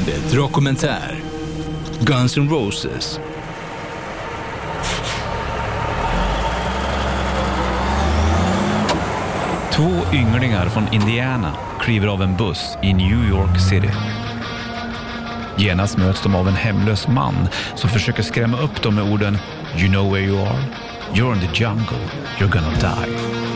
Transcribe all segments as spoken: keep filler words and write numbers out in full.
Bandet dokumentär Guns N' Roses. Två ynglingar från Indiana kliver av en buss i New York City. Genast möts de av en hemlös man som försöker skrämma upp dem med orden "You know where you are? You're in the jungle. You're gonna die."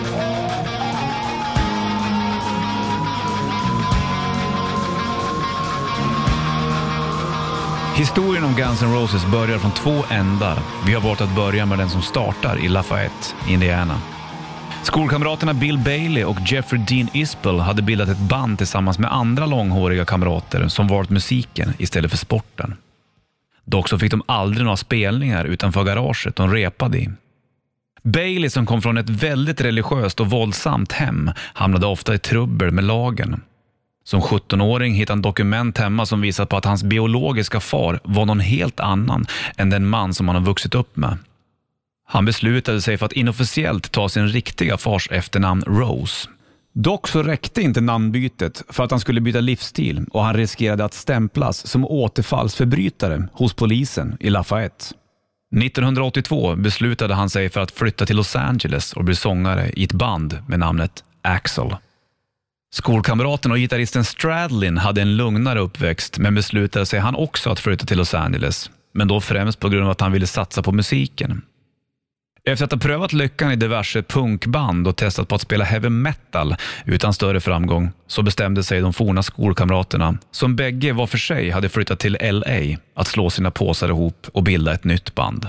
Historien om Guns N' Roses börjar från två ändar. Vi har valt att börja med den som startar i Lafayette, Indiana. Skolkamraterna Bill Bailey och Jeffrey Dean Isbell hade bildat ett band tillsammans med andra långhåriga kamrater som valt musiken istället för sporten. Dock så fick de aldrig några spelningar utanför garaget de repade i. Bailey, som kom från ett väldigt religiöst och våldsamt hem, hamnade ofta i trubbel med lagen. Som sjuttonåring hittade han dokument hemma som visade på att hans biologiska far var någon helt annan än den man som han har vuxit upp med. Han beslutade sig för att inofficiellt ta sin riktiga fars efternamn Rose. Dock så räckte inte namnbytet för att han skulle byta livsstil och han riskerade att stämplas som återfallsförbrytare hos polisen i Lafayette. nittonhundraåttiotvå beslutade han sig för att flytta till Los Angeles och bli sångare i ett band med namnet Axl. Skolkamraten och gitarristen Stradlin hade en lugnare uppväxt men beslutade sig han också att flytta till Los Angeles, men då främst på grund av att han ville satsa på musiken. Efter att ha prövat lyckan i diverse punkband och testat på att spela heavy metal utan större framgång så bestämde sig de forna skolkamraterna, som bägge var för sig hade flyttat till L A, att slå sina påsar ihop och bilda ett nytt band.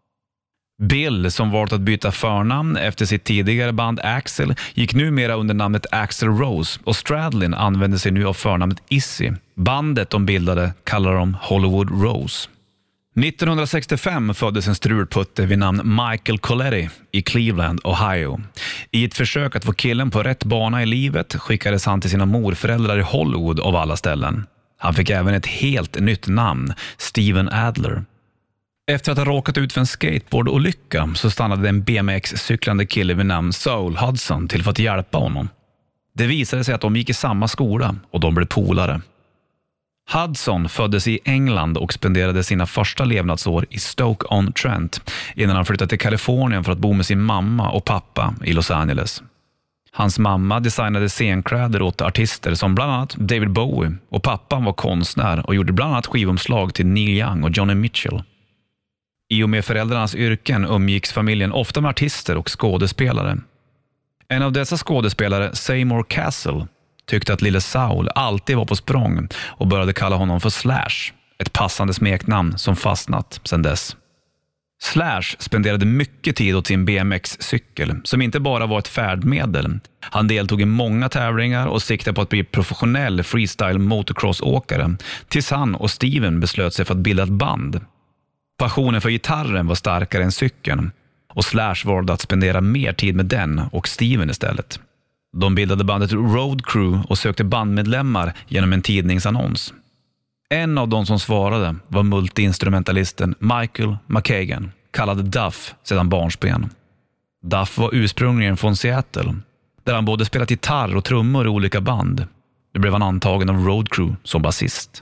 Bill, som valt att byta förnamn efter sitt tidigare band Axl, gick numera under namnet Axl Rose och Stradlin använde sig nu av förnamnet Izzy. Bandet de bildade kallar de Hollywood Rose. nittonhundrasextiofem föddes en strulputte vid namn Michael Coletti i Cleveland, Ohio. I ett försök att få killen på rätt bana i livet skickades han till sina morföräldrar i Hollywood av alla ställen. Han fick även ett helt nytt namn, Steven Adler. Efter att ha råkat ut för en skateboardolycka så stannade en B M X-cyklande kille vid namn Saul Hudson till för att hjälpa honom. Det visade sig att de gick i samma skola och de blev polare. Hudson föddes i England och spenderade sina första levnadsår i Stoke-on-Trent innan han flyttade till Kalifornien för att bo med sin mamma och pappa i Los Angeles. Hans mamma designade scenkläder åt artister som bland annat David Bowie och pappan var konstnär och gjorde bland annat skivomslag till Neil Young och Johnny Mitchell. I och med föräldrarnas yrken umgicks familjen ofta med artister och skådespelare. En av dessa skådespelare, Seymour Cassel, tyckte att lille Saul alltid var på språng och började kalla honom för Slash, ett passande smeknamn som fastnat sedan dess. Slash spenderade mycket tid åt sin B M X-cykel som inte bara var ett färdmedel. Han deltog i många tävlingar och siktade på att bli professionell freestyle motocross-åkare tills han och Steven beslöt sig för att bilda ett band. Passionen för gitarren var starkare än cykeln och Slash valde att spendera mer tid med den och Steven istället. De bildade bandet Road Crew och sökte bandmedlemmar genom en tidningsannons. En av de som svarade var multiinstrumentalisten Michael McKagan, kallad Duff sedan barnsben. Duff var ursprungligen från Seattle, där han både spelat gitarr och trummor i olika band. Nu blev han antagen av Road Crew som basist.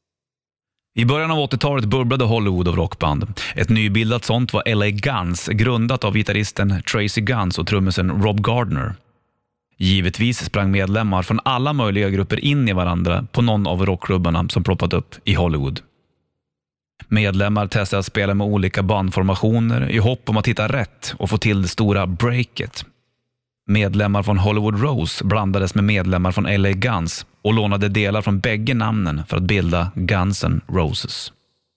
I början av åttiotalet bubblade Hollywood av rockband. Ett nybildat sånt var L A Guns, grundat av gitarristen Tracy Guns och trummisen Rob Gardner. Givetvis sprang medlemmar från alla möjliga grupper in i varandra på någon av rockklubbarna som ploppat upp i Hollywood. Medlemmar testade att spela med olika bandformationer i hopp om att hitta rätt och få till det stora breaket. Medlemmar från Hollywood Rose blandades med medlemmar från L A Guns och lånade delar från bägge namnen för att bilda Guns N' Roses.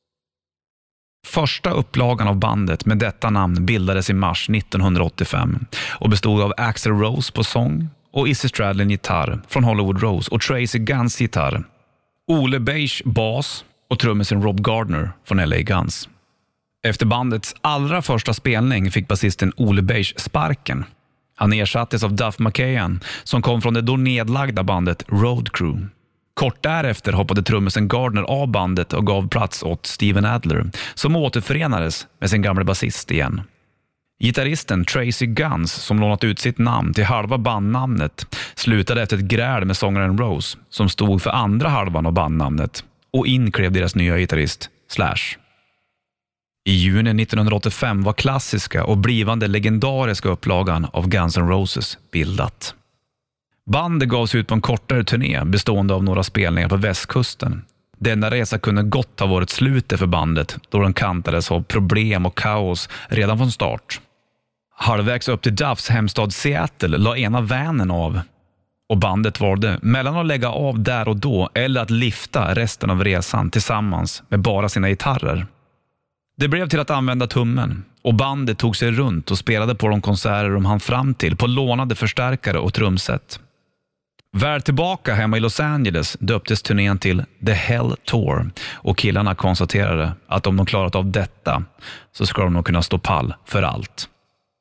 Första upplagan av bandet med detta namn bildades i mars nittonhundraåttiofem och bestod av Axl Rose på sång och Izzy Stradlin gitarr från Hollywood Rose och Tracy Guns gitarr, Ole Beige bas och trummisen Rob Gardner från L A Guns. Efter bandets allra första spelning fick basisten Ole Beige sparken. Han ersattes av Duff McKagan som kom från det då nedlagda bandet Road Crew. Kort därefter hoppade trummisen Gardner av bandet och gav plats åt Steven Adler som återförenades med sin gamla basist igen. Gitarristen Tracy Guns, som lånat ut sitt namn till halva bandnamnet, slutade efter ett gräl med sångaren Rose som stod för andra halvan av bandnamnet och in klev deras nya gitarrist Slash. I juni nittonhundraåttiofem var klassiska och blivande legendariska upplagan av Guns N' Roses bildat. Bandet gavs ut på en kortare turné bestående av några spelningar på västkusten. Denna resa kunde gott ha varit slutet för bandet då de kantades av problem och kaos redan från start. Halvvägs upp till Duffs hemstad Seattle la ena vanen av och bandet valde mellan att lägga av där och då eller att lifta resten av resan tillsammans med bara sina gitarrer. Det blev till att använda tummen och bandet tog sig runt och spelade på de konserter de hann fram till på lånade förstärkare och trumset. Väl tillbaka hemma i Los Angeles döptes turnén till The Hell Tour och killarna konstaterade att om de klarat av detta så ska de nog kunna stå pall för allt.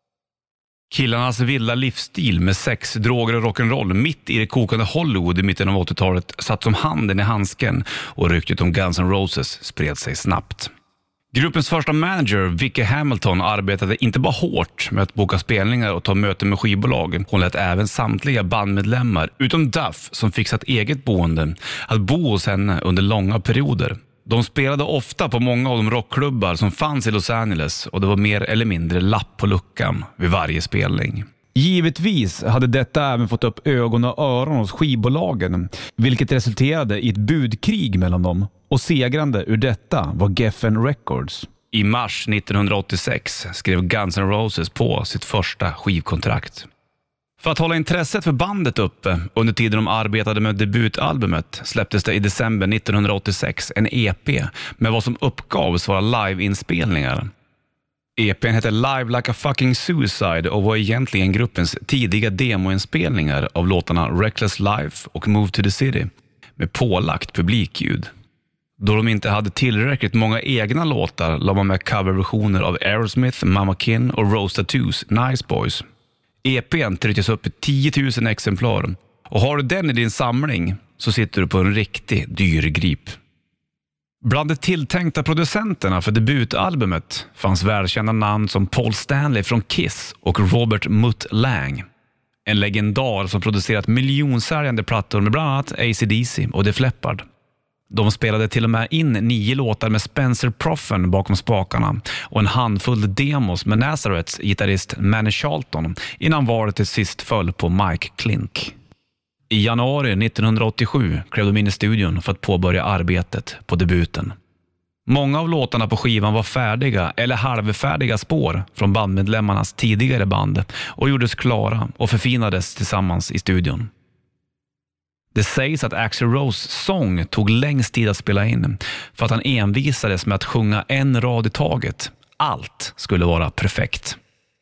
Killarnas vilda livsstil med sex, droger och rock'n'roll mitt i det kokande Hollywood i mitten av åttiotalet satt som handen i handsken och ryktet om Guns N' Roses spred sig snabbt. Gruppens första manager, Vicky Hamilton, arbetade inte bara hårt med att boka spelningar och ta möten med skivbolag. Hon lät även samtliga bandmedlemmar, utom Duff som fixat eget boende, att bo hos henne under långa perioder. De spelade ofta på många av de rockklubbar som fanns i Los Angeles och det var mer eller mindre lapp på luckan vid varje spelning. Givetvis hade detta även fått upp ögon och öron hos skivbolagen, vilket resulterade i ett budkrig mellan dem, och segrande ur detta var Geffen Records. I mars nittonhundraåttiosex skrev Guns N' Roses på sitt första skivkontrakt. För att hålla intresset för bandet uppe under tiden de arbetade med debutalbumet släpptes det i december nittonhundraåttiosex en E P med vad som uppgavs vara live-inspelningar. E P:n hette Live Like a Fucking Suicide och var egentligen gruppens tidiga demoinspelningar av låtarna Reckless Life och Move to the City med pålagt publikljud. Då de inte hade tillräckligt många egna låtar la man med coverversioner av Aerosmith, Mama Kin och Rose Tattoos Nice Boys. E P:n trycktes upp i tio tusen exemplar och har du den i din samling så sitter du på en riktig dyrgrip. Bland de tilltänkta producenterna för debutalbumet fanns välkända namn som Paul Stanley från Kiss och Robert Mutt Lang. En legendar som producerat miljonsäljande plattor med bland annat A C D C och Def Leppard. De spelade till och med in nio låtar med Spencer Proffen bakom spakarna och en handfull demos med Nazareths gitarrist Manny Charlton innan valet till sist föll på Mike Klink. I januari nittonhundraåttiosju klev de in i studion för att påbörja arbetet på debuten. Många av låtarna på skivan var färdiga eller halvfärdiga spår från bandmedlemmarnas tidigare band och gjordes klara och förfinades tillsammans i studion. Det sägs att Axl Rose sång tog längst tid att spela in för att han envisades med att sjunga en rad i taget. Allt skulle vara perfekt.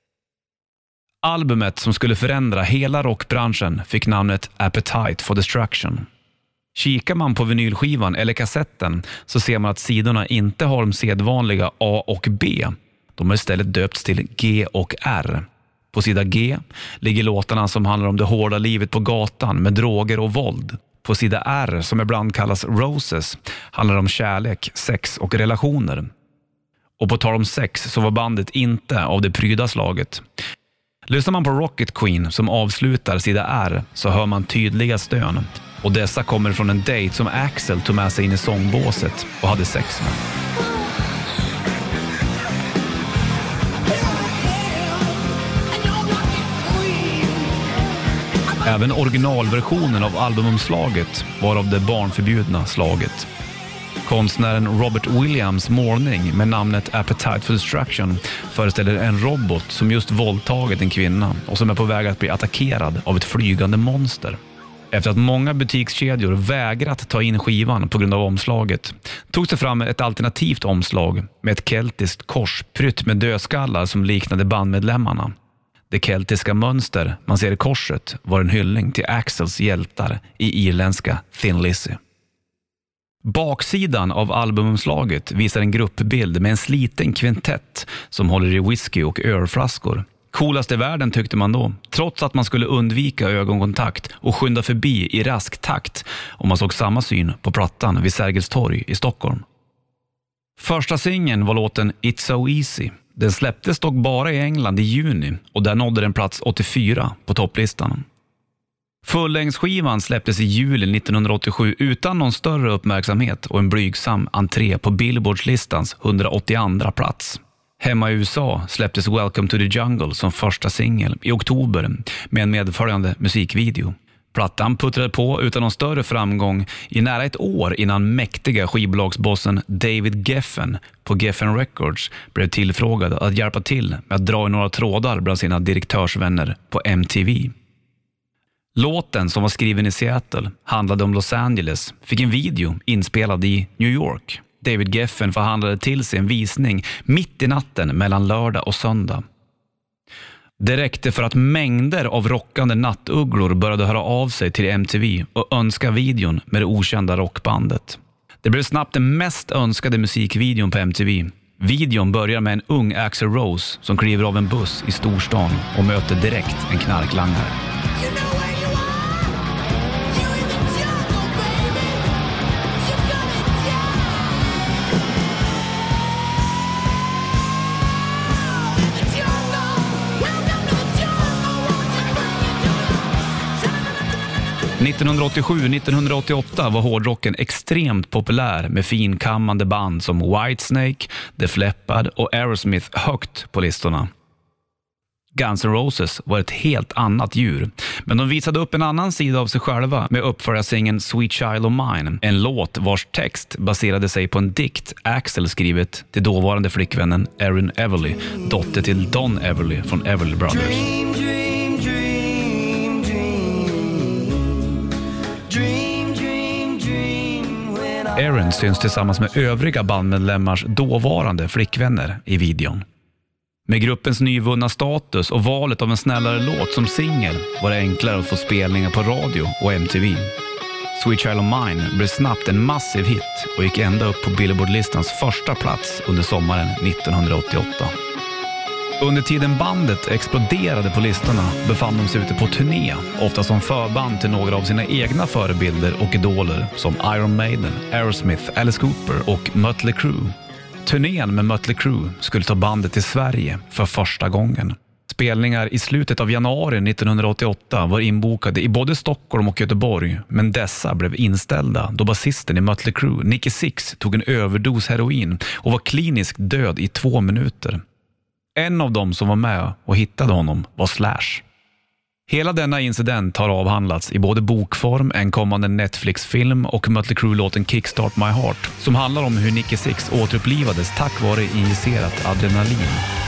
Albumet som skulle förändra hela rockbranschen fick namnet Appetite for Destruction. Kikar man på vinylskivan eller kassetten så ser man att sidorna inte har de sedvanliga A och B. De är istället döpts till G och R. På sida G ligger låtarna som handlar om det hårda livet på gatan med droger och våld. På sida R, som ibland kallas Roses, handlar om kärlek, sex och relationer. Och på tal om sex så var bandet inte av det pryda slaget. Lyssnar man på Rocket Queen som avslutar sida R så hör man tydliga stön. Och dessa kommer från en dejt som Axl tog med sig in i sångbåset och hade sex med. Även originalversionen av albumomslaget var av det barnförbjudna slaget. Konstnären Robert Williams målning med namnet Appetite for Destruction föreställer en robot som just våldtagit en kvinna och som är på väg att bli attackerad av ett flygande monster. Efter att många butikskedjor vägrat ta in skivan på grund av omslaget tog sig fram ett alternativt omslag med ett keltiskt kors prytt med dödskallar som liknade bandmedlemmarna. Det keltiska mönster man ser i korset var en hyllning till Axls hjältar i irländska Thin Lizzy. Baksidan av albumomslaget visar en gruppbild med en sliten kvintett som håller i whisky och ölflaskor. Coolast i världen tyckte man då, trots att man skulle undvika ögonkontakt och skynda förbi i rask takt om man såg samma syn på plattan vid Sergels torg i Stockholm. Första singeln var låten It's So Easy. Den släpptes dock bara i England i juni och där nådde den plats åttiofyra på topplistan. Fullängdsskivan släpptes i juli nittonhundraåttiosju utan någon större uppmärksamhet och en blygsam entré på Billboardslistans hundraåttioandra plats. Hemma i U S A släpptes Welcome to the Jungle som första singel i oktober med en medföljande musikvideo. Plattan puttrade på utan någon större framgång i nära ett år innan mäktiga skivbolagsbossen David Geffen på Geffen Records blev tillfrågad att hjälpa till med att dra i några trådar bland sina direktörsvänner på M T V. Låten, som var skriven i Seattle, handlade om Los Angeles, fick en video inspelad i New York. David Geffen förhandlade till sig en visning mitt i natten mellan lördag och söndag. Det räckte för att mängder av rockande nattugglor började höra av sig till M T V och önska videon med det okända rockbandet. Det blev snabbt den mest önskade musikvideon på M T V. Videon börjar med en ung Axl Rose som kliver av en buss i storstan och möter direkt en knarklangare. nittonhundraåttiosju nittonhundraåttioåtta var hårdrocken extremt populär med finkammande band som Whitesnake, Def Leppard och Aerosmith högt på listorna. Guns N' Roses var ett helt annat djur, men de visade upp en annan sida av sig själva med uppföljarsingen Sweet Child of Mine, en låt vars text baserade sig på en dikt Axl skrivit till dåvarande flickvännen Erin Everly, dotter till Don Everly från Everly Brothers. Erin syns tillsammans med övriga bandmedlemmars dåvarande flickvänner i videon. Med gruppens nyvunna status och valet av en snällare låt som singel var det enklare att få spelningar på radio och M T V. Sweet Child of Mine blev snabbt en massiv hit och gick ända upp på Billboardlistans första plats under sommaren nittonhundraåttioåtta. Under tiden bandet exploderade på listorna befann de sig ute på turné, ofta som förband till några av sina egna förebilder och idoler som Iron Maiden, Aerosmith, Alice Cooper och Mötley Crüe. Turnén med Mötley Crüe skulle ta bandet till Sverige för första gången. Spelningar i slutet av januari nittonhundraåttioåtta var inbokade i både Stockholm och Göteborg, men dessa blev inställda då basisten i Mötley Crüe, Nicky Sixx, tog en överdos heroin och var kliniskt död i två minuter. En av dem som var med och hittade honom var Slash. Hela denna incident har avhandlats i både bokform, en kommande Netflix-film och Mötley Crüe-låten Kickstart My Heart, som handlar om hur Nicky Sixx återupplivades tack vare injicerat adrenalin.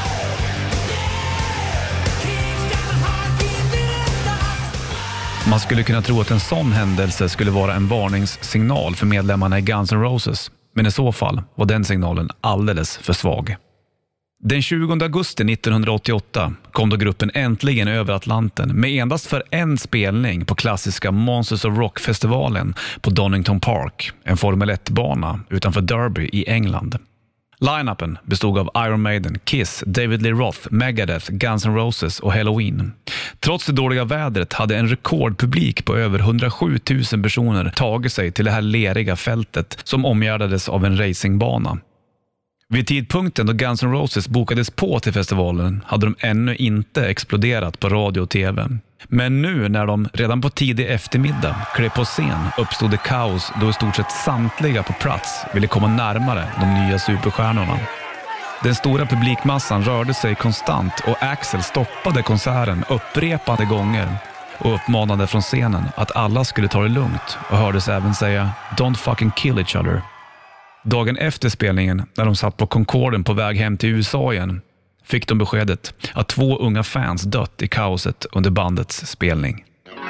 Man skulle kunna tro att en sån händelse skulle vara en varningssignal för medlemmarna i Guns N' Roses, men i så fall var den signalen alldeles för svag. Den tjugonde augusti nittonhundraåttioåtta kom då gruppen äntligen över Atlanten med endast för en spelning på klassiska Monsters of Rock-festivalen på Donington Park, en Formel ett-bana utanför Derby i England. Line-upen bestod av Iron Maiden, Kiss, David Lee Roth, Megadeth, Guns N' Roses och Halloween. Trots det dåliga vädret hade en rekordpublik på över hundrasju tusen personer tagit sig till det här leriga fältet som omgärdades av en racingbana. Vid tidpunkten då Guns N' Roses bokades på till festivalen hade de ännu inte exploderat på radio och tv. Men nu när de redan på tidig eftermiddag klev på scen uppstod det kaos då i stort sett samtliga på plats ville komma närmare de nya superstjärnorna. Den stora publikmassan rörde sig konstant och Axl stoppade konserten upprepade gånger och uppmanade från scenen att alla skulle ta det lugnt och hördes även säga "Don't fucking kill each other". Dagen efter spelningen, när de satt på Concorden på väg hem till U S A igen, fick de beskedet att två unga fans dött i kaoset under bandets spelning.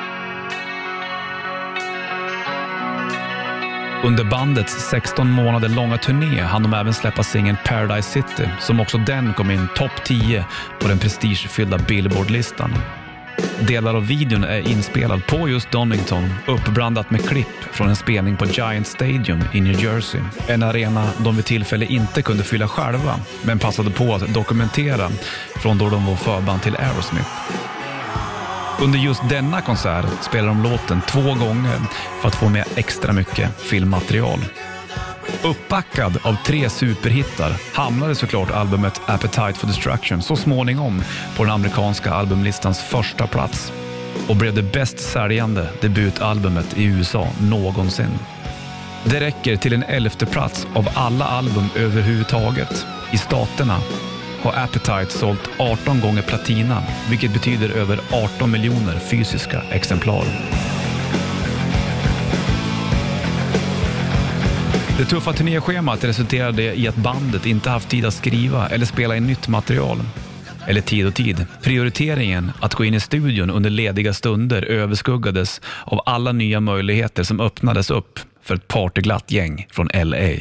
Under bandets sexton månader långa turné hann de även släppa singeln Paradise City, som också den kom in topp tio på den prestigefyllda Billboard-listan. Delar av videon är inspelad på just Donington, uppblandat med klipp från en spelning på Giant Stadium i New Jersey. En arena de vid tillfälle inte kunde fylla själva, men passade på att dokumentera från då de var förband till Aerosmith. Under just denna konsert spelade de låten två gånger för att få med extra mycket filmmaterial. Uppbackad av tre superhittar hamnade såklart albumet Appetite for Destruction så småningom på den amerikanska albumlistans första plats. och blev det bäst säljande debutalbumet i U S A någonsin. Det räcker till en elfte plats av alla album överhuvudtaget. I staterna har Appetite sålt arton gånger platina, vilket betyder över arton miljoner fysiska exemplar. Det tuffa turnéschemat resulterade i att bandet inte haft tid att skriva eller spela in nytt material. Eller tid och tid. Prioriteringen att gå in i studion under lediga stunder överskuggades av alla nya möjligheter som öppnades upp för ett partyglatt gäng från L A.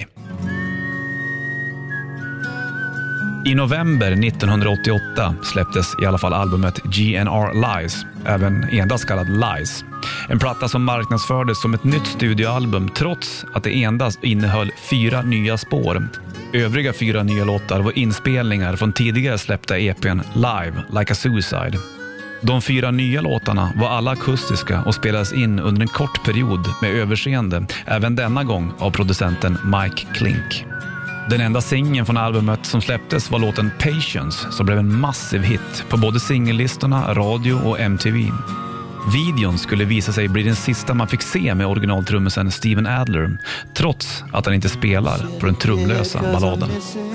I november nittonhundraåttioåtta släpptes i alla fall albumet G N R Lies, även endast kallad Lies. En platta som marknadsfördes som ett nytt studioalbum trots att det endast innehöll fyra nya spår. Övriga fyra nya låtar var inspelningar från tidigare släppta E P:n Live Like a Suicide. De fyra nya låtarna var alla akustiska och spelades in under en kort period med överseende, även denna gång av producenten Mike Klink. Den enda singeln från albumet som släpptes var låten Patience, som blev en massiv hit på både singellistorna, radio och M T V. Videon skulle visa sig bli den sista man fick se med originaltrummisen Steven Adler, trots att han inte spelar på den trumlösa balladen.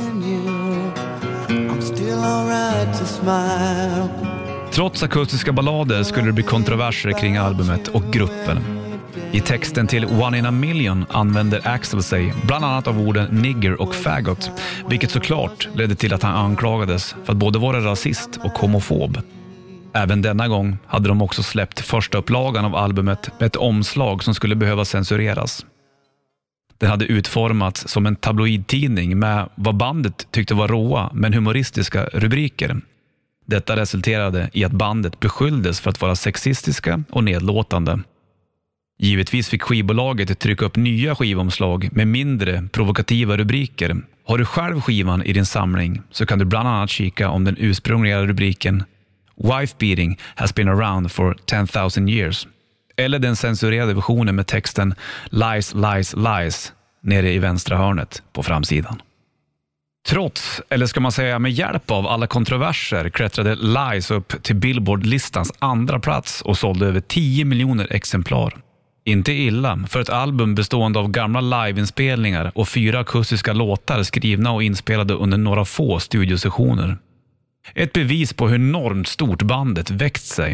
Trots akustiska ballader skulle det bli kontroverser kring albumet och gruppen. I texten till One in a Million använder Axl sig bland annat av orden nigger och faggot, vilket såklart ledde till att han anklagades för att både vara rasist och homofob. Även denna gång hade de också släppt första upplagan av albumet med ett omslag som skulle behöva censureras. Den hade utformats som en tabloidtidning med vad bandet tyckte var råa men humoristiska rubriker. Detta resulterade i att bandet beskylldes för att vara sexistiska och nedlåtande. Givetvis fick skivbolaget trycka upp nya skivomslag med mindre provokativa rubriker. Har du själv skivan i din samling så kan du bland annat kika om den ursprungliga rubriken Wife beating has been around for ten thousand years. Eller den censurerade versionen med texten Lies, lies, lies nere i vänstra hörnet på framsidan. Trots, eller ska man säga med hjälp av alla kontroverser, klättrade Lies upp till Billboard-listans andra plats och sålde över tio miljoner exemplar. Inte illa för ett album bestående av gamla liveinspelningar och fyra akustiska låtar skrivna och inspelade under några få studiosessioner. Ett bevis på hur enormt stort bandet växt sig.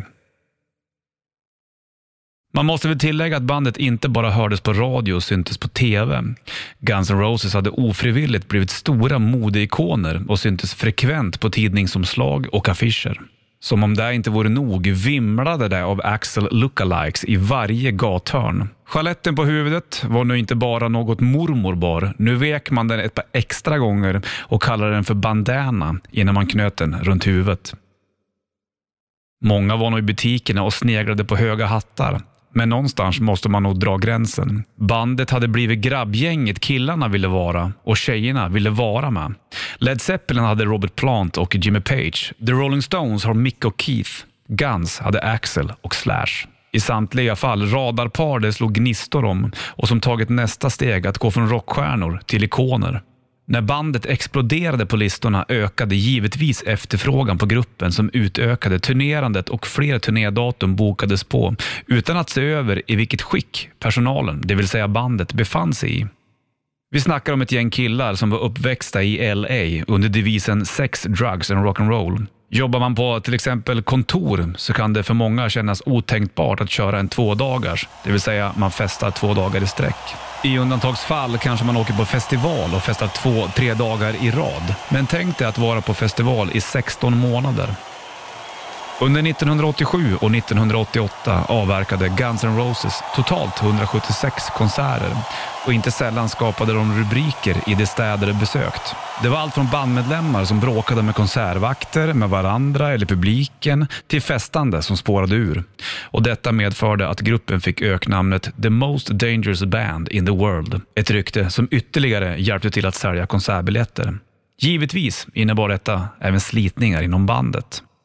Man måste väl tillägga att bandet inte bara hördes på radio och syntes på tv. Guns N' Roses hade ofrivilligt blivit stora modeikoner och syntes frekvent på tidningsomslag och affischer. Som om det inte vore nog vimlade det av Axl lookalikes i varje gathörn. Chaletten på huvudet var nu inte bara något mormorbar. Nu vek man den ett par extra gånger och kallade den för bandana innan man knöt den runt huvudet. Många var nog i butikerna och sneglade på höga hattar. Men någonstans måste man nog dra gränsen. Bandet hade blivit grabbgänget killarna ville vara och tjejerna ville vara med. Led Zeppelin hade Robert Plant och Jimmy Page. The Rolling Stones har Mick och Keith. Guns hade Axl och Slash. I samtliga fall radarpar det slog gnistor om och som tagit nästa steg att gå från rockstjärnor till ikoner. När bandet exploderade på listorna ökade givetvis efterfrågan på gruppen som utökade turnerandet och fler turnédatum bokades på utan att se över i vilket skick personalen, det vill säga bandet, befann sig i. Vi snackar om ett gäng killar som var uppväxta i L A under devisen Sex, Drugs and Rock'n'Roll. Jobbar man på till exempel kontor så kan det för många kännas otänkbart att köra en tvådagars, det vill säga man festar två dagar i sträck. I undantagsfall kanske man åker på festival och festar två, tre dagar i rad. Men tänk dig att vara på festival i sexton månader. Under nittonhundraåttiosju och nittonhundraåttioåtta avverkade Guns N' Roses totalt hundrasjuttiosex konserter och inte sällan skapade de rubriker i de städer de besökt. Det var allt från bandmedlemmar som bråkade med konsertvakter, med varandra eller publiken till festande som spårade ur. Och detta medförde att gruppen fick öknamnet The Most Dangerous Band in the World. Ett rykte som ytterligare hjälpte till att sälja konsertbiljetter. Givetvis innebar detta även slitningar inom bandet.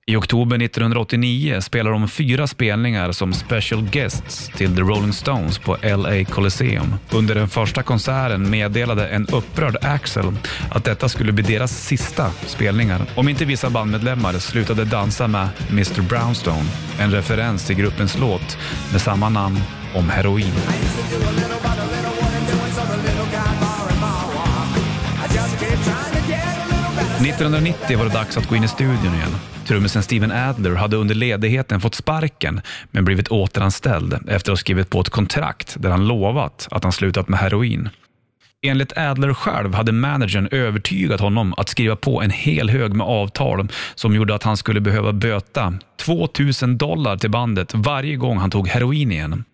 I oktober nittonhundraåttionio spelar de fyra spelningar som special guests till The Rolling Stones på L A Coliseum. Under den första konserten meddelade en upprörd Axl att detta skulle bli deras sista spelningar om inte vissa bandmedlemmar slutade dansa med mister Brownstone, en referens till gruppens låt med samma namn om heroin. nittonhundranittio var det dags att gå in i studion igen. Trummisen Steven Adler hade under ledigheten fått sparken men blivit återanställd efter att ha skrivit på ett kontrakt där han lovat att han slutat med heroin. Enligt Adler själv hade managern övertygat honom att skriva på en hel hög med avtal som gjorde att han skulle behöva böta tvåtusen dollar till bandet varje gång han tog heroin igen.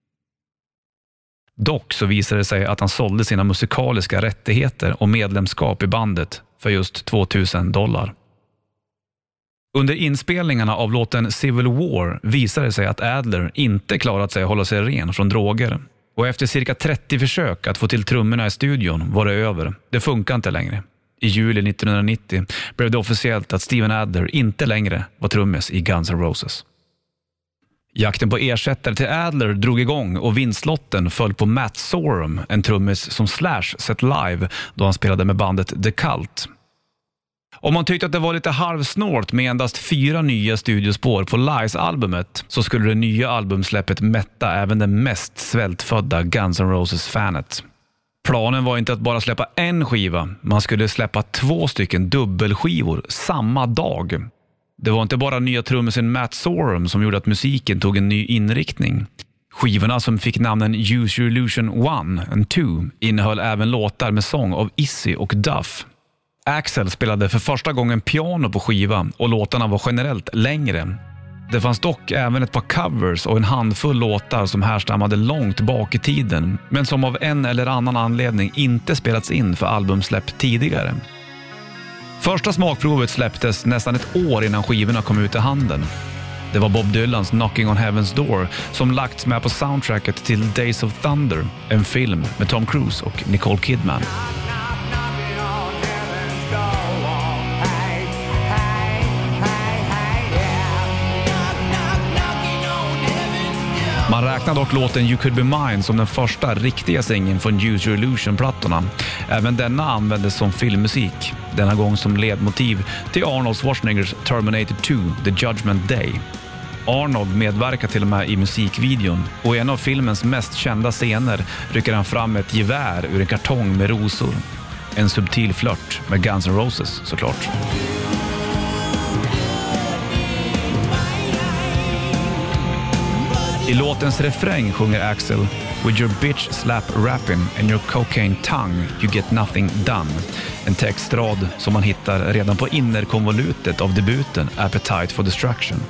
Dock så visade det sig att han sålde sina musikaliska rättigheter och medlemskap i bandet för just tvåtusen dollar. Under inspelningarna av låten Civil War visade det sig att Adler inte klarat sig att hålla sig ren från droger. Och efter cirka trettio försök att få till trummorna i studion var det över. Det funkar inte längre. I juli nittonhundranittio blev det officiellt att Steven Adler inte längre var trummis i Guns N' Roses. Jakten på ersättare till Adler drog igång och vinstlotten föll på Matt Sorum, en trummis som Slash sett live då han spelade med bandet The Cult. Om man tyckte att det var lite halvsnålt med endast fyra nya studiospår på Lies-albumet så skulle det nya albumsläppet mätta även den mest svältfödda Guns N' Roses-fanet. Planen var inte att bara släppa en skiva, man skulle släppa två stycken dubbelskivor samma dag. Det var inte bara nya trummisen Matt Sorum som gjorde att musiken tog en ny inriktning. Skivorna som fick namnen Use Your Illusion one and two innehöll även låtar med sång av Izzy och Duff. Axl spelade för första gången piano på skivan och låtarna var generellt längre. Det fanns dock även ett par covers och en handfull låtar som härstammade långt bak i tiden men som av en eller annan anledning inte spelats in för albumsläpp tidigare. Första smakprovet släpptes nästan ett år innan skivorna kom ut i handeln. Det var Bob Dylans Knocking on Heaven's Door som lagts med på soundtracket till Days of Thunder, en film med Tom Cruise och Nicole Kidman. Man räknar dock låten You Could Be Mine som den första riktiga singeln från Use Your Illusion-plattorna. Även denna användes som filmmusik, denna gång som ledmotiv till Arnold Schwarzeneggers Terminator two, The Judgment Day. Arnold medverkar till och med i musikvideon och i en av filmens mest kända scener rycker han fram ett gevär ur en kartong med rosor. En subtil flört med Guns N' Roses såklart. I låtens refräng sjunger Axl With your bitch slap rapping and your cocaine tongue you get nothing done. En textrad som man hittar redan på innerkonvolutet av debuten Appetite for Destruction.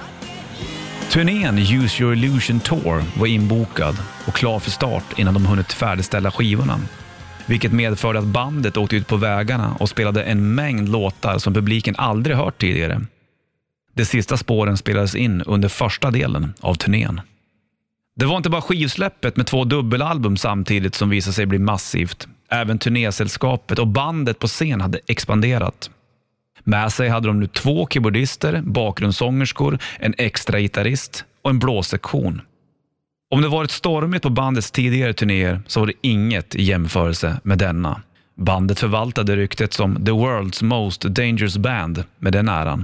Turnén Use Your Illusion Tour var inbokad och klar för start innan de hunnit färdigställa skivorna. Vilket medförde att bandet åkte ut på vägarna och spelade en mängd låtar som publiken aldrig hört tidigare. De sista spåren spelades in under första delen av turnén. Det var inte bara skivsläppet med två dubbelalbum samtidigt som visade sig bli massivt. Även turnésällskapet och bandet på scen hade expanderat. Med sig hade de nu två keyboardister, bakgrundssångerskor, en extra gitarrist och en blåsektion. Om det varit stormigt på bandets tidigare turnéer så var det inget i jämförelse med denna. Bandet förvaltade ryktet som The World's Most Dangerous Band med den äran.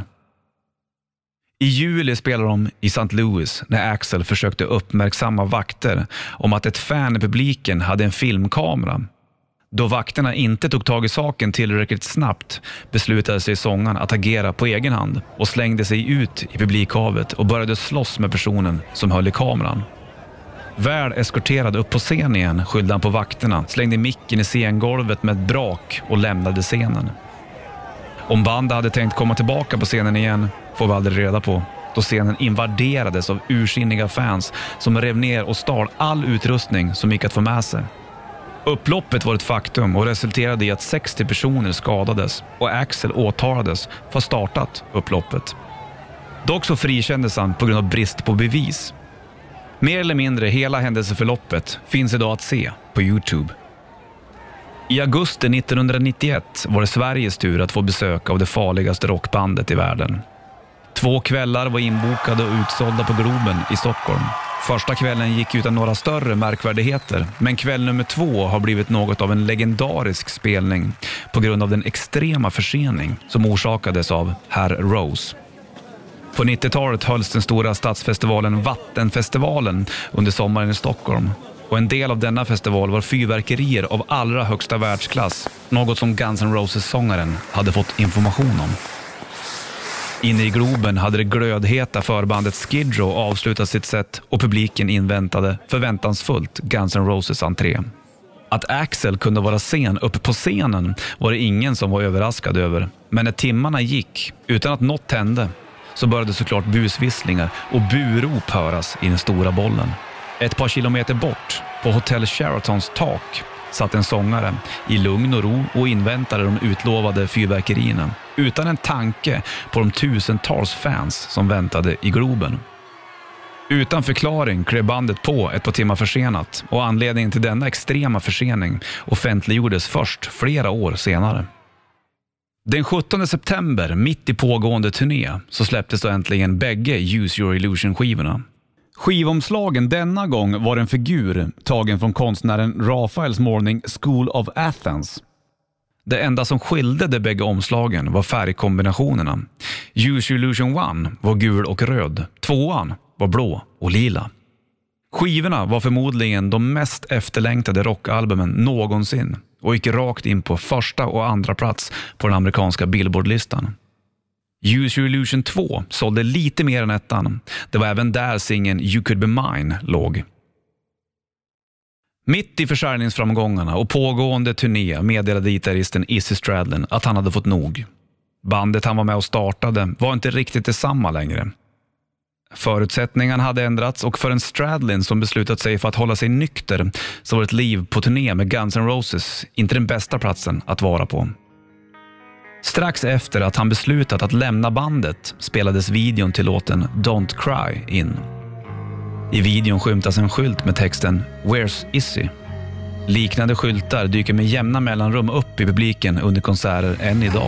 I juli spelade de i Saint Louis när Axl försökte uppmärksamma vakter om att ett fan i publiken hade en filmkamera. Då vakterna inte tog tag i saken tillräckligt snabbt beslutade sig sångaren att agera på egen hand och slängde sig ut i publikhavet och började slåss med personen som höll i kameran. Väl eskorterad upp på scenen igen skyllde han på vakterna, slängde micken i scengolvet med ett brak och lämnade scenen. Om bandet hade tänkt komma tillbaka på scenen igen får vi aldrig reda på, då scenen invaderades av ursinniga fans som rev ner och stal all utrustning som gick att få med sig. Upploppet var ett faktum och resulterade i att sextio personer skadades och Axl åtalades för att ha startat upploppet. Dock så frikändes han på grund av brist på bevis. Mer eller mindre hela händelseförloppet finns idag att se på YouTube. I augusti nittonhundranittioett var det Sveriges tur att få besök av det farligaste rockbandet i världen. Två kvällar var inbokade och utsålda på Globen i Stockholm. Första kvällen gick utan några större märkvärdigheter, men kväll nummer två har blivit något av en legendarisk spelning på grund av den extrema försening som orsakades av Herr Rose. På nittiotalet hölls den stora stadsfestivalen Vattenfestivalen under sommaren i Stockholm. Och en del av denna festival var fyrverkerier av allra högsta världsklass, något som Guns N' Roses-sångaren hade fått information om. Inne i Globen hade det glödheta förbandet Skid Row avslutat sitt set och publiken inväntade förväntansfullt Guns N' Roses entré. Att Axl kunde vara sen uppe på scenen var det ingen som var överraskad över, men när timmarna gick utan att något hände så började såklart busvisslingar och burop höras i den stora bollen. Ett par kilometer bort, på Hotel Sheratons tak, satt en sångare i lugn och ro och inväntade de utlovade fyrverkerierna utan en tanke på de tusentals fans som väntade i Globen. Utan förklaring klev bandet på ett par timmar försenat och anledningen till denna extrema försening offentliggjordes först flera år senare. Den sjuttonde september, mitt i pågående turné, så släpptes då äntligen bägge Use Your Illusion-skivorna. Skivomslagen denna gång var en figur tagen från konstnären Raphaels målning School of Athens. Det enda som skilde de bägge omslagen var färgkombinationerna. Use Your Illusion ett var gul och röd, tvåan var blå och lila. Skivorna var förmodligen de mest efterlängtade rockalbumen någonsin och gick rakt in på första och andra plats på den amerikanska Billboard-listan. Use Your Illusion två sålde lite mer än ettan. Det var även där singeln You Could Be Mine låg. Mitt i försäljningsframgångarna och pågående turné meddelade gitarristen Izzy Stradlin att han hade fått nog. Bandet han var med och startade var inte riktigt detsamma längre. Förutsättningarna hade ändrats och för en Stradlin som beslutat sig för att hålla sig nykter så var ett liv på turné med Guns N' Roses inte den bästa platsen att vara på. Strax efter att han beslutat att lämna bandet spelades videon till låten Don't Cry in. I videon skymtas en skylt med texten Where's Izzy? Liknande skyltar dyker med jämna mellanrum upp i publiken under konserter än idag.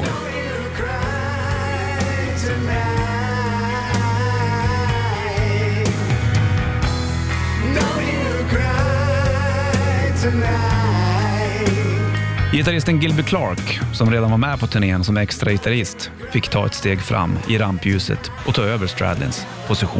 Gitarristen Gilby Clarke, som redan var med på turnén som extra gitarrist, fick ta ett steg fram i rampljuset och ta över Stradlins position.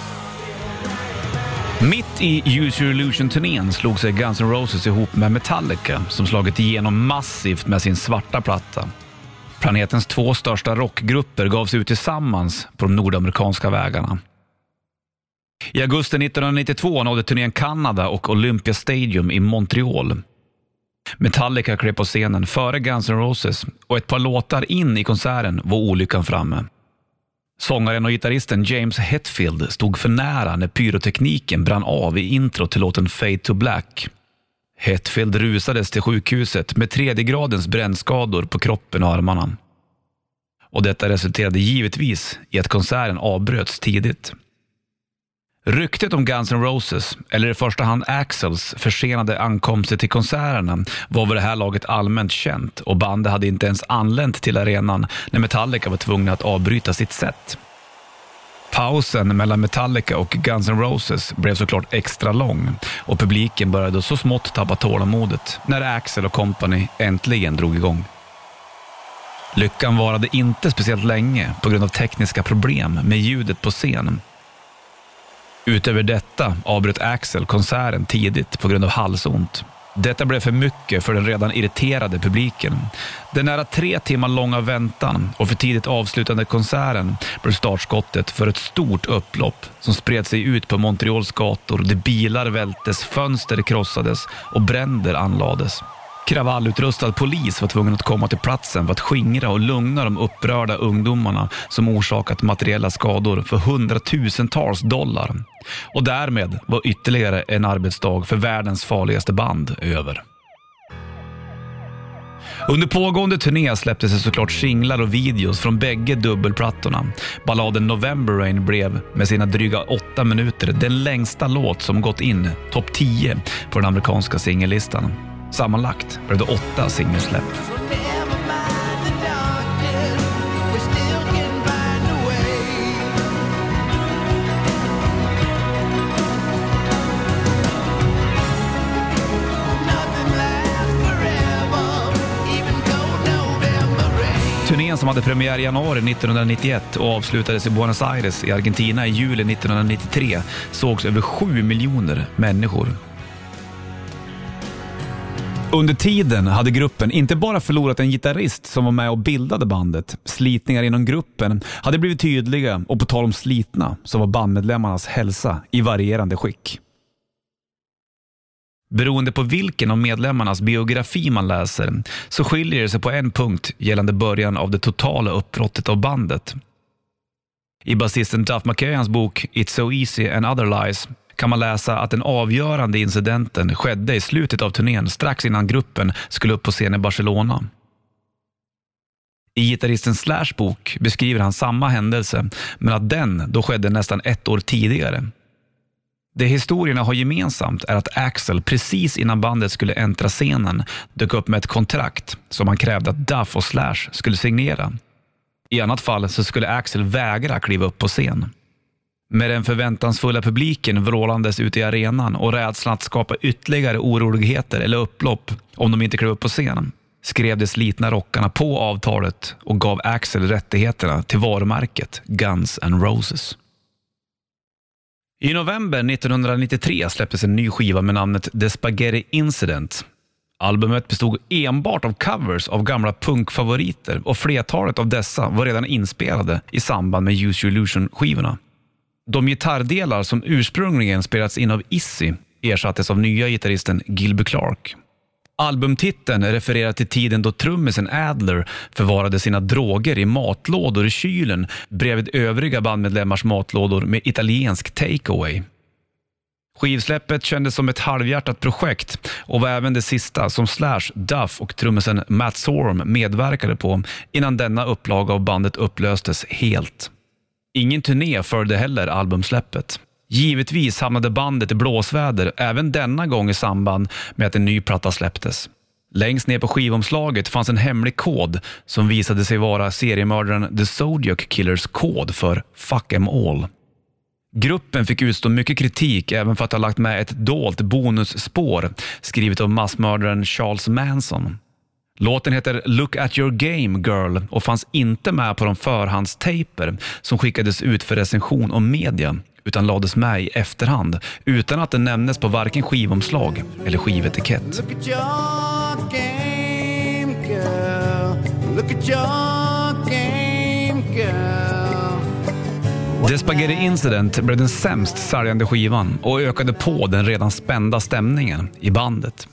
Mitt i Use Your Illusion-turnén slog sig Guns N' Roses ihop med Metallica, som slagit igenom massivt med sin svarta platta. Planetens två största rockgrupper gavs ut tillsammans på de nordamerikanska vägarna. I augusti nittonhundranittiotvå nådde turnén Kanada och Olympia Stadium i Montreal. Metallica klev på scenen före Guns N' Roses och ett par låtar in i konserten var olyckan framme. Sångaren och gitarristen James Hetfield stod för nära när pyrotekniken brann av i intro till låten Fade to Black. Hetfield rusades till sjukhuset med tredje gradens brännskador på kroppen och armarna. Och detta resulterade givetvis i att konserten avbröts tidigt. Ryktet om Guns N' Roses, eller i första hand Axls försenade ankomster till konserterna, var vid det här laget allmänt känt och bandet hade inte ens anlänt till arenan när Metallica var tvungna att avbryta sitt set. Pausen mellan Metallica och Guns N' Roses blev såklart extra lång och publiken började så smått tappa tålamodet när Axl och company äntligen drog igång. Lyckan varade inte speciellt länge på grund av tekniska problem med ljudet på scenen. Utöver detta avbröt Axl konserten tidigt på grund av halsont. Detta blev för mycket för den redan irriterade publiken. Den nära tre timmar långa väntan och för tidigt avslutande konserten blev startskottet för ett stort upplopp som spred sig ut på Montreals gator där bilar vältes, fönster krossades och bränder anlades. Kravallutrustad polis var tvungen att komma till platsen för att skingra och lugna de upprörda ungdomarna som orsakat materiella skador för hundratusentals dollar. Och därmed var ytterligare en arbetsdag för världens farligaste band över. Under pågående turné släpptes det såklart singlar och videos från bägge dubbelplattorna. Balladen November Rain blev med sina dryga åtta minuter den längsta låt som gått in topp tio på den amerikanska singellistan. Sammanlagt blev det åtta singelsläpp. Turnén som hade premiär i januari nittonhundranittioett och avslutades i Buenos Aires i Argentina i juli nittonhundranittiotre sågs över sju miljoner människor. Under tiden hade gruppen inte bara förlorat en gitarrist som var med och bildade bandet. Slitningar inom gruppen hade blivit tydliga, och på tal om slitna så var bandmedlemmarnas hälsa i varierande skick. Beroende på vilken av medlemmarnas biografi man läser så skiljer det sig på en punkt gällande början av det totala uppbrottet av bandet. I basisten Duff McKayans bok It's So Easy and Other Lies kan man läsa att den avgörande incidenten skedde i slutet av turnén strax innan gruppen skulle upp på scen i Barcelona. I gitarristen Slash bok beskriver han samma händelse, men att den då skedde nästan ett år tidigare. Det historierna har gemensamt är att Axl precis innan bandet skulle äntra scenen dök upp med ett kontrakt som han krävde att Duff och Slash skulle signera. I annat fall så skulle Axl vägra kliva upp på scen. Med den förväntansfulla publiken vrålandes ut i arenan och rädslan att skapa ytterligare oroligheter eller upplopp om de inte klev upp på scenen, skrev de slitna rockarna på avtalet och gav Axl rättigheterna till varumärket Guns N' Roses. I november nittonhundranittiotre släpptes en ny skiva med namnet The Spaghetti Incident. Albumet bestod enbart av covers av gamla punkfavoriter, och flertalet av dessa var redan inspelade i samband med Use Your Illusion-skivorna. De gitarrdelar som ursprungligen spelats in av Izzy ersattes av nya gitarristen Gilby Clarke. Albumtiteln refererar till tiden då trummisen Adler förvarade sina droger i matlådor i kylen bredvid övriga bandmedlemmars matlådor med italiensk takeaway. Skivsläppet kändes som ett halvhjärtat projekt och var även det sista som Slash, Duff och trummisen Matt Sorum medverkade på innan denna upplaga av bandet upplöstes helt. Ingen turné följde heller albumsläppet. Givetvis hamnade bandet i blåsväder även denna gång i samband med att en ny platta släpptes. Längst ner på skivomslaget fanns en hemlig kod som visade sig vara seriemördaren The Zodiac Killers kod för Fuck 'em all. Gruppen fick utstå mycket kritik även för att ha lagt med ett dolt bonusspår skrivet av massmördaren Charles Manson. Låten heter Look at your game girl och fanns inte med på de förhandstaper som skickades ut för recension och media, utan lades med i efterhand utan att den nämndes på varken skivomslag eller skivetikett. Look at your game girl. Look at your game girl. The Spaghetti Incident blev den sämst säljande skivan och ökade på den redan spända stämningen i bandet.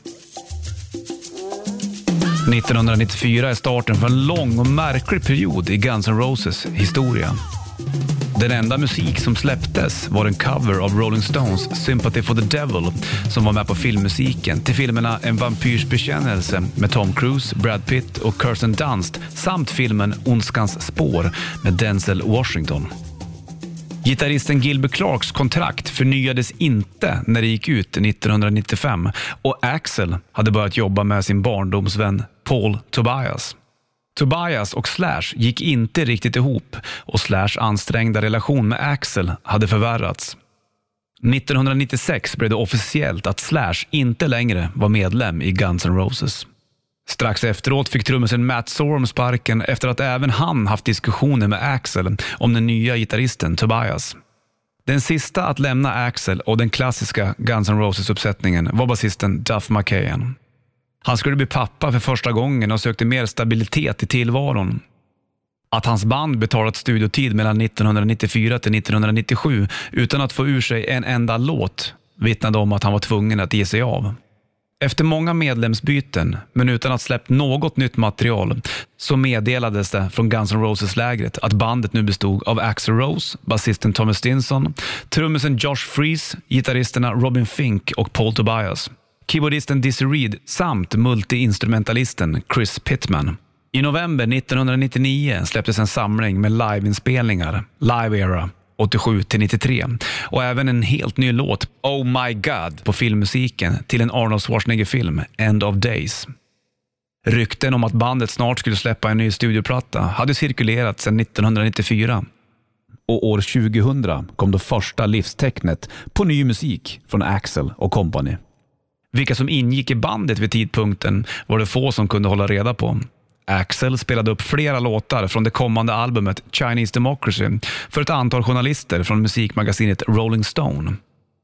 nittonhundranittiofyra är starten för en lång och märklig period i Guns N' Roses historia. Den enda musik som släpptes var en cover av Rolling Stones Sympathy for the Devil som var med på filmmusiken till filmerna En vampyrs bekännelse med Tom Cruise, Brad Pitt och Kirsten Dunst samt filmen Ondskans spår med Denzel Washington. Gitarristen Gilby Clarkes kontrakt förnyades inte när det gick ut nittonhundranittiofem och Axl hade börjat jobba med sin barndomsvän Paul Tobias. Tobias och Slash gick inte riktigt ihop och Slash ansträngda relation med Axl hade förvärrats. nittonhundranittiosex blev det officiellt att Slash inte längre var medlem i Guns N' Roses. Strax efteråt fick trummisen Matt Sorum sparken efter att även han haft diskussioner med Axl om den nya gitarristen Tobias. Den sista att lämna Axl och den klassiska Guns N' Roses-uppsättningen var basisten Duff McKagan. Han skulle bli pappa för första gången och sökte mer stabilitet i tillvaron. Att hans band betalat studiotid mellan nittonhundranittiofyra till nittonhundranittiosju utan att få ur sig en enda låt vittnade om att han var tvungen att ge sig av. Efter många medlemsbyten, men utan att släppt något nytt material, så meddelades det från Guns N' Roses-lägret att bandet nu bestod av Axl Rose, basisten Tommy Stinson, trummisen Josh Freese, gitarristerna Robin Fink och Paul Tobias, keyboardisten Dizzy Reed samt multiinstrumentalisten Chris Pittman. I november nittonhundranittionio släpptes en samling med liveinspelningar, Live Era, åttiosju till nittiotre, och även en helt ny låt, Oh My God, på filmmusiken till en Arnold Schwarzenegger-film, End of Days. Rykten om att bandet snart skulle släppa en ny studioplatta hade cirkulerat sedan nittonhundranittiofyra. Och år tjugohundra kom då första livstecknet på ny musik från Axl och company. Vilka som ingick i bandet vid tidpunkten var det få som kunde hålla reda på. Axl spelade upp flera låtar från det kommande albumet Chinese Democracy för ett antal journalister från musikmagasinet Rolling Stone.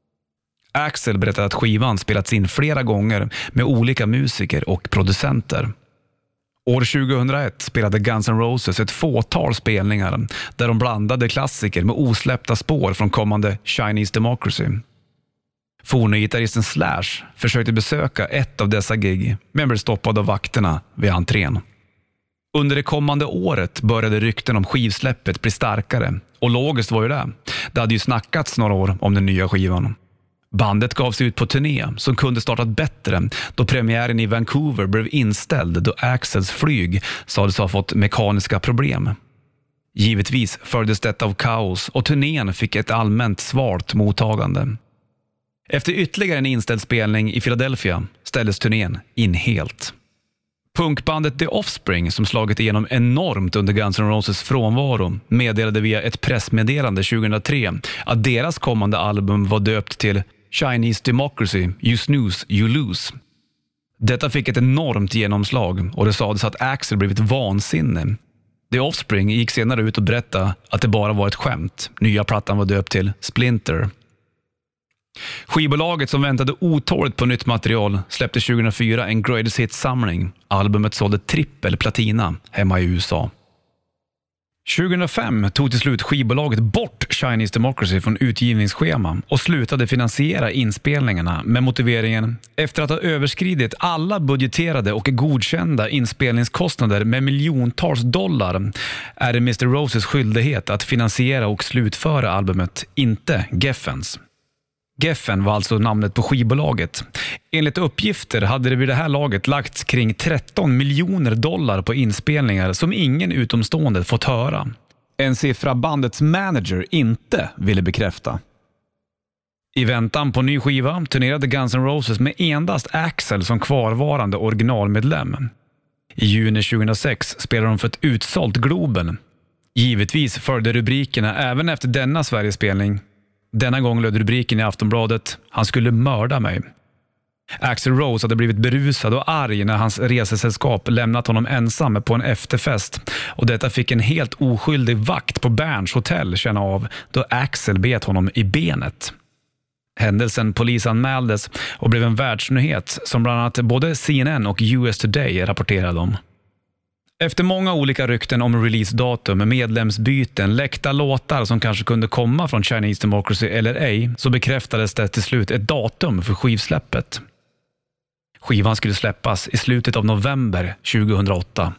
Axl berättade att skivan spelats in flera gånger med olika musiker och producenter. År tjugohundraett spelade Guns N' Roses ett fåtal spelningar där de blandade klassiker med osläppta spår från kommande Chinese Democracy. Forne gitarristen Slash försökte besöka ett av dessa gig men blev stoppad av vakterna vid entrén. Under det kommande året började rykten om skivsläppet bli starkare och logiskt var ju det. Det hade ju snackats några år om den nya skivan. Bandet gav sig ut på turné som kunde startat bättre då premiären i Vancouver blev inställd då Axls flyg sades ha fått mekaniska problem. Givetvis följdes detta av kaos och turnén fick ett allmänt svalt mottagande. Efter ytterligare en inställd spelning i Philadelphia ställdes turnén in helt. Punkbandet The Offspring, som slagit igenom enormt under Guns N' Roses frånvaro, meddelade via ett pressmeddelande tjugohundratre att deras kommande album var döpt till Chinese Democracy, You Snooze, You Lose. Detta fick ett enormt genomslag och det sades att Axl blivit vansinne. The Offspring gick senare ut och berättade att det bara var ett skämt. Nya plattan var döpt till Splinter. Skivbolaget som väntade otåligt på nytt material släppte tjugohundrafyra en Greatest Hits-samling. Albumet sålde trippel platina hemma i U S A. tjugohundrafem tog till slut skivbolaget bort Chinese Democracy från utgivningsschema och slutade finansiera inspelningarna med motiveringen: efter att ha överskridit alla budgeterade och godkända inspelningskostnader med miljontals dollar är det mister Roses skyldighet att finansiera och slutföra albumet, inte Geffens. Geffen var alltså namnet på skivbolaget. Enligt uppgifter hade det vid det här laget lagts kring tretton miljoner dollar på inspelningar som ingen utomstående fått höra. En siffra bandets manager inte ville bekräfta. I väntan på ny skiva turnerade Guns N' Roses med endast Axl som kvarvarande originalmedlem. I juni tjugohundrasex spelade de för ett utsålt Globen. Givetvis följde rubrikerna även efter denna Sverigespelning. Denna gång löd rubriken i Aftonbladet: han skulle mörda mig. Axl Rose hade blivit berusad och arg när hans resesällskap lämnat honom ensam på en efterfest, och detta fick en helt oskyldig vakt på Berns hotell känna av då Axl bet honom i benet. Händelsen polisanmäldes och blev en världsnyhet som bland annat både C N N och U S Today rapporterade om. Efter många olika rykten om releasedatum, medlemsbyten, läckta låtar som kanske kunde komma från Chinese Democracy eller ej, så bekräftades det till slut ett datum för skivsläppet. Skivan skulle släppas i slutet av november tjugohundraåtta.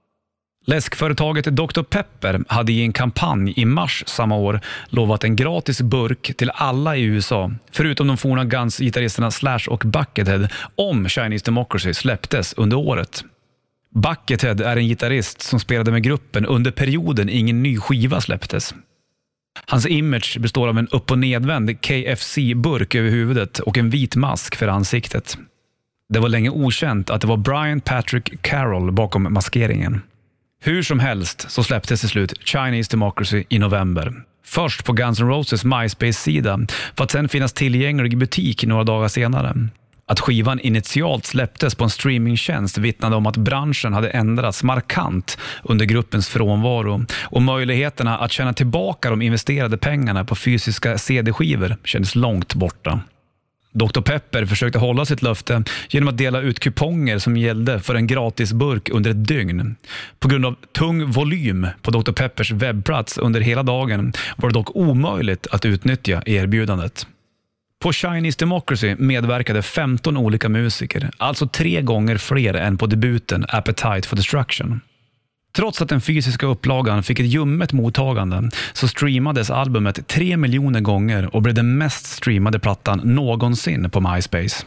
Läskföretaget doktor Pepper hade i en kampanj i mars samma år lovat en gratis burk till alla i U S A, förutom de forna Guns-gitarristerna Slash och Buckethead, om Chinese Democracy släpptes under året. Buckethead är en gitarrist som spelade med gruppen under perioden ingen ny skiva släpptes. Hans image består av en upp- och nedvänd K F C-burk över huvudet och en vit mask för ansiktet. Det var länge okänt att det var Brian Patrick Carroll bakom maskeringen. Hur som helst så släpptes till slut Chinese Democracy i november. Först på Guns N' Roses MySpace-sida för att sen finnas tillgänglig i butik några dagar senare. Att skivan initialt släpptes på en streamingtjänst vittnade om att branschen hade ändrats markant under gruppens frånvaro, och möjligheterna att tjäna tillbaka de investerade pengarna på fysiska C D-skivor kändes långt borta. doktor Pepper försökte hålla sitt löfte genom att dela ut kuponger som gällde för en gratis burk under ett dygn. På grund av tung volym på doktor Peppers webbplats under hela dagen var det dock omöjligt att utnyttja erbjudandet. På Chinese Democracy medverkade femton olika musiker, alltså tre gånger fler än på debuten Appetite for Destruction. Trots att den fysiska upplagan fick ett ljummet mottagande så streamades albumet tre miljoner gånger och blev den mest streamade plattan någonsin på MySpace.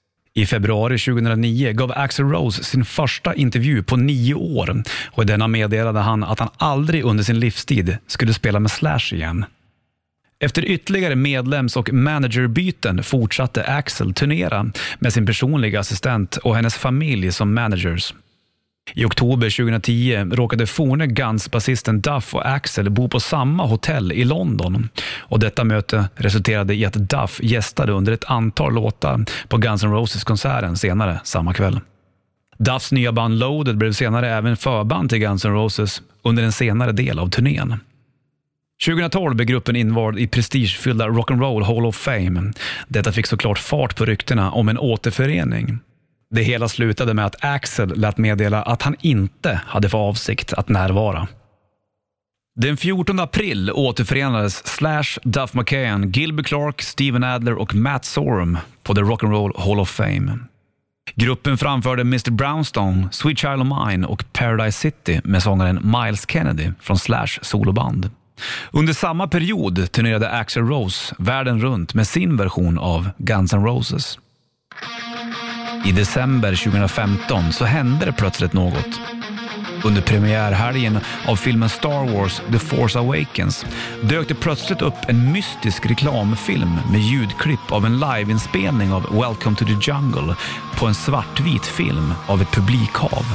I februari tjugohundranio gav Axl Rose sin första intervju på nio år, och i denna meddelade han att han aldrig under sin livstid skulle spela med Slash igen. Efter ytterligare medlems- och managerbyten fortsatte Axl turnera med sin personliga assistent och hennes familj som managers. I oktober tjugohundratio råkade forne Guns-basisten Duff och Axl bo på samma hotell i London, och detta möte resulterade i att Duff gästade under ett antal låtar på Guns N' Roses-konserten senare samma kväll. Duffs nya band Loaded blev senare även förband till Guns N' Roses under en senare del av turnén. tjugohundratolv blev gruppen invald i prestigefyllda Rock'n'Roll Hall of Fame. Detta fick såklart fart på ryktena om en återförening. Det hela slutade med att Axl lät meddela att han inte hade för avsikt att närvara. Den fjortonde april återförenades Slash, Duff McKagan, Gilby Clarke, Steven Adler och Matt Sorum på The Rock'n'Roll Hall of Fame. Gruppen framförde mister Brownstone, Sweet Child of Mine och Paradise City med sångaren Miles Kennedy från Slash soloband. Under samma period turnerade Axl Rose världen runt med sin version av Guns N' Roses. I december tjugohundrafemton så hände det plötsligt något. Under premiärhelgen av filmen Star Wars The Force Awakens dök det plötsligt upp en mystisk reklamfilm med ljudklipp av en liveinspelning av Welcome to the Jungle på en svartvit film av ett publikhav.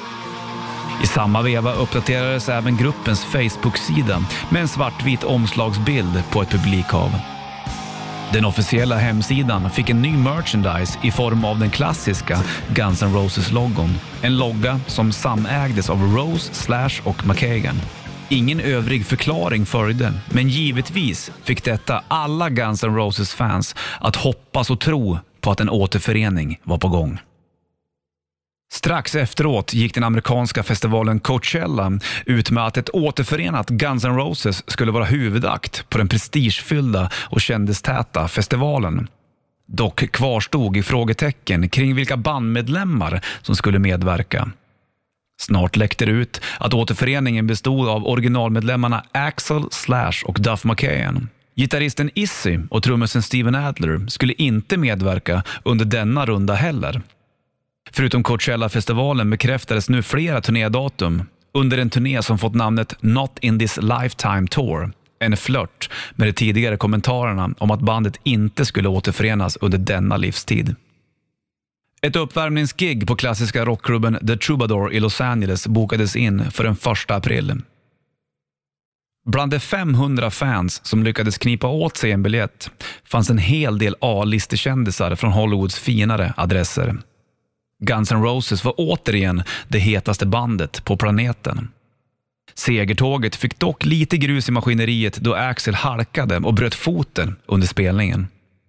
I samma veva uppdaterades även gruppens Facebook-sida med en svartvit omslagsbild på ett publikhav. Den officiella hemsidan fick en ny merchandise i form av den klassiska Guns N' Roses-loggon. En logga som samägdes av Rose, Slash och McKagan. Ingen övrig förklaring följde, men givetvis fick detta alla Guns N' Roses-fans att hoppas och tro på att en återförening var på gång. Strax efteråt gick den amerikanska festivalen Coachella ut med att ett återförenat Guns N' Roses skulle vara huvudakt på den prestigefyllda och kändistäta festivalen. Dock kvarstod i frågetecken kring vilka bandmedlemmar som skulle medverka. Snart läckte det ut att återföreningen bestod av originalmedlemmarna Axl, Slash och Duff McKagan. Gitarristen Izzy och trummisen Steven Adler skulle inte medverka under denna runda heller. Förutom Coachella-festivalen bekräftades nu flera turnédatum under en turné som fått namnet Not in this Lifetime Tour. En flört med de tidigare kommentarerna om att bandet inte skulle återförenas under denna livstid. Ett uppvärmningsgig på klassiska rockklubben The Troubadour i Los Angeles bokades in för den första april. Bland de femhundra fans som lyckades knipa åt sig en biljett fanns en hel del A-listekändisar från Hollywoods finare adresser. Guns N' Roses var återigen det hetaste bandet på planeten. Segertåget fick dock lite grus i maskineriet då Axl halkade och bröt foten under spelningen.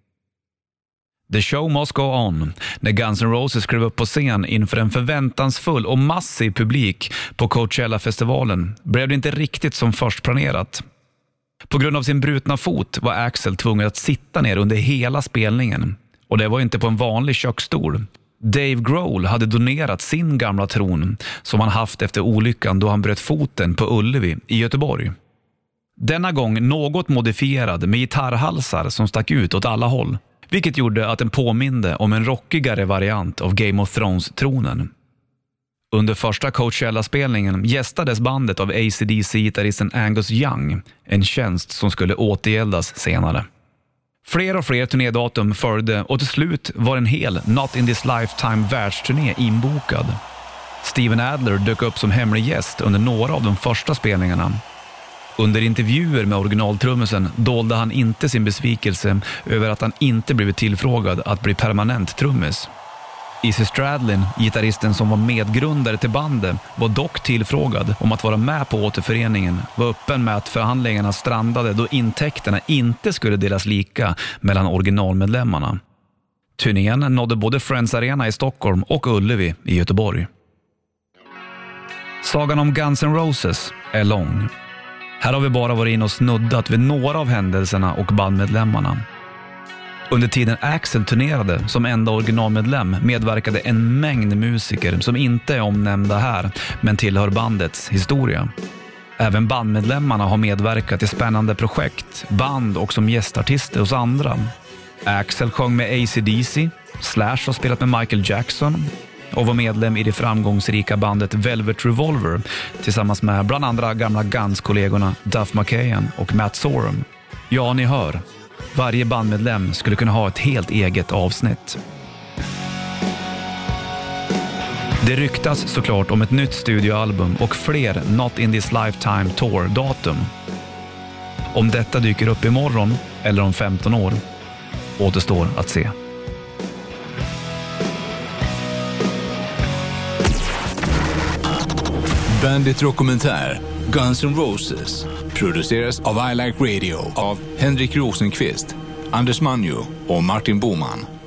The show must go on. När Guns N' Roses skrev upp på scen inför en förväntansfull och massiv publik på Coachella-festivalen blev det inte riktigt som först planerat. På grund av sin brutna fot var Axl tvungen att sitta ner under hela spelningen. Och det var inte på en vanlig köksstol. Dave Grohl hade donerat sin gamla tron som han haft efter olyckan då han bröt foten på Ullevi i Göteborg. Denna gång något modifierad med gitarrhalsar som stack ut åt alla håll, vilket gjorde att den påminde om en rockigare variant av Game of Thrones-tronen. Under första Coachella-spelningen gästades bandet av A C D C-gitarristen Angus Young, en tjänst som skulle återgäldas senare. Fler och fler turnédatum följde och till slut var en hel Not in this Lifetime världsturné inbokad. Steven Adler dök upp som hemlig gäst under några av de första spelningarna. Under intervjuer med originaltrummisen dolde han inte sin besvikelse över att han inte blivit tillfrågad att bli permanent trummis. Izzy Stradlin, gitarristen som var medgrundare till bandet, var dock tillfrågad om att vara med på återföreningen, var öppen med att förhandlingarna strandade då intäkterna inte skulle delas lika mellan originalmedlemmarna. Turnén nådde både Friends Arena i Stockholm och Ullevi i Göteborg. Sagan om Guns N' Roses är lång. Här har vi bara varit in och snuddat vid några av händelserna och bandmedlemmarna. Under tiden Axl turnerade som enda originalmedlem medverkade en mängd musiker som inte är omnämnda här men tillhör bandets historia. Även bandmedlemmarna har medverkat i spännande projekt, band och som gästartister hos andra. Axl sjöng med A C D C, Slash har spelat med Michael Jackson och var medlem i det framgångsrika bandet Velvet Revolver tillsammans med bland andra gamla Guns-kollegorna Duff McKagan och Matt Sorum. Ja, ni hör. Varje bandmedlem skulle kunna ha ett helt eget avsnitt. Det ryktas såklart om ett nytt studioalbum och fler Not in this Lifetime Tour-datum. Om detta dyker upp imorgon eller om femton år återstår att se. Bandit Dokumentär Guns N' Roses produceras av I Like Radio av Henrik Rosenqvist, Anders Manjo och Martin Boman.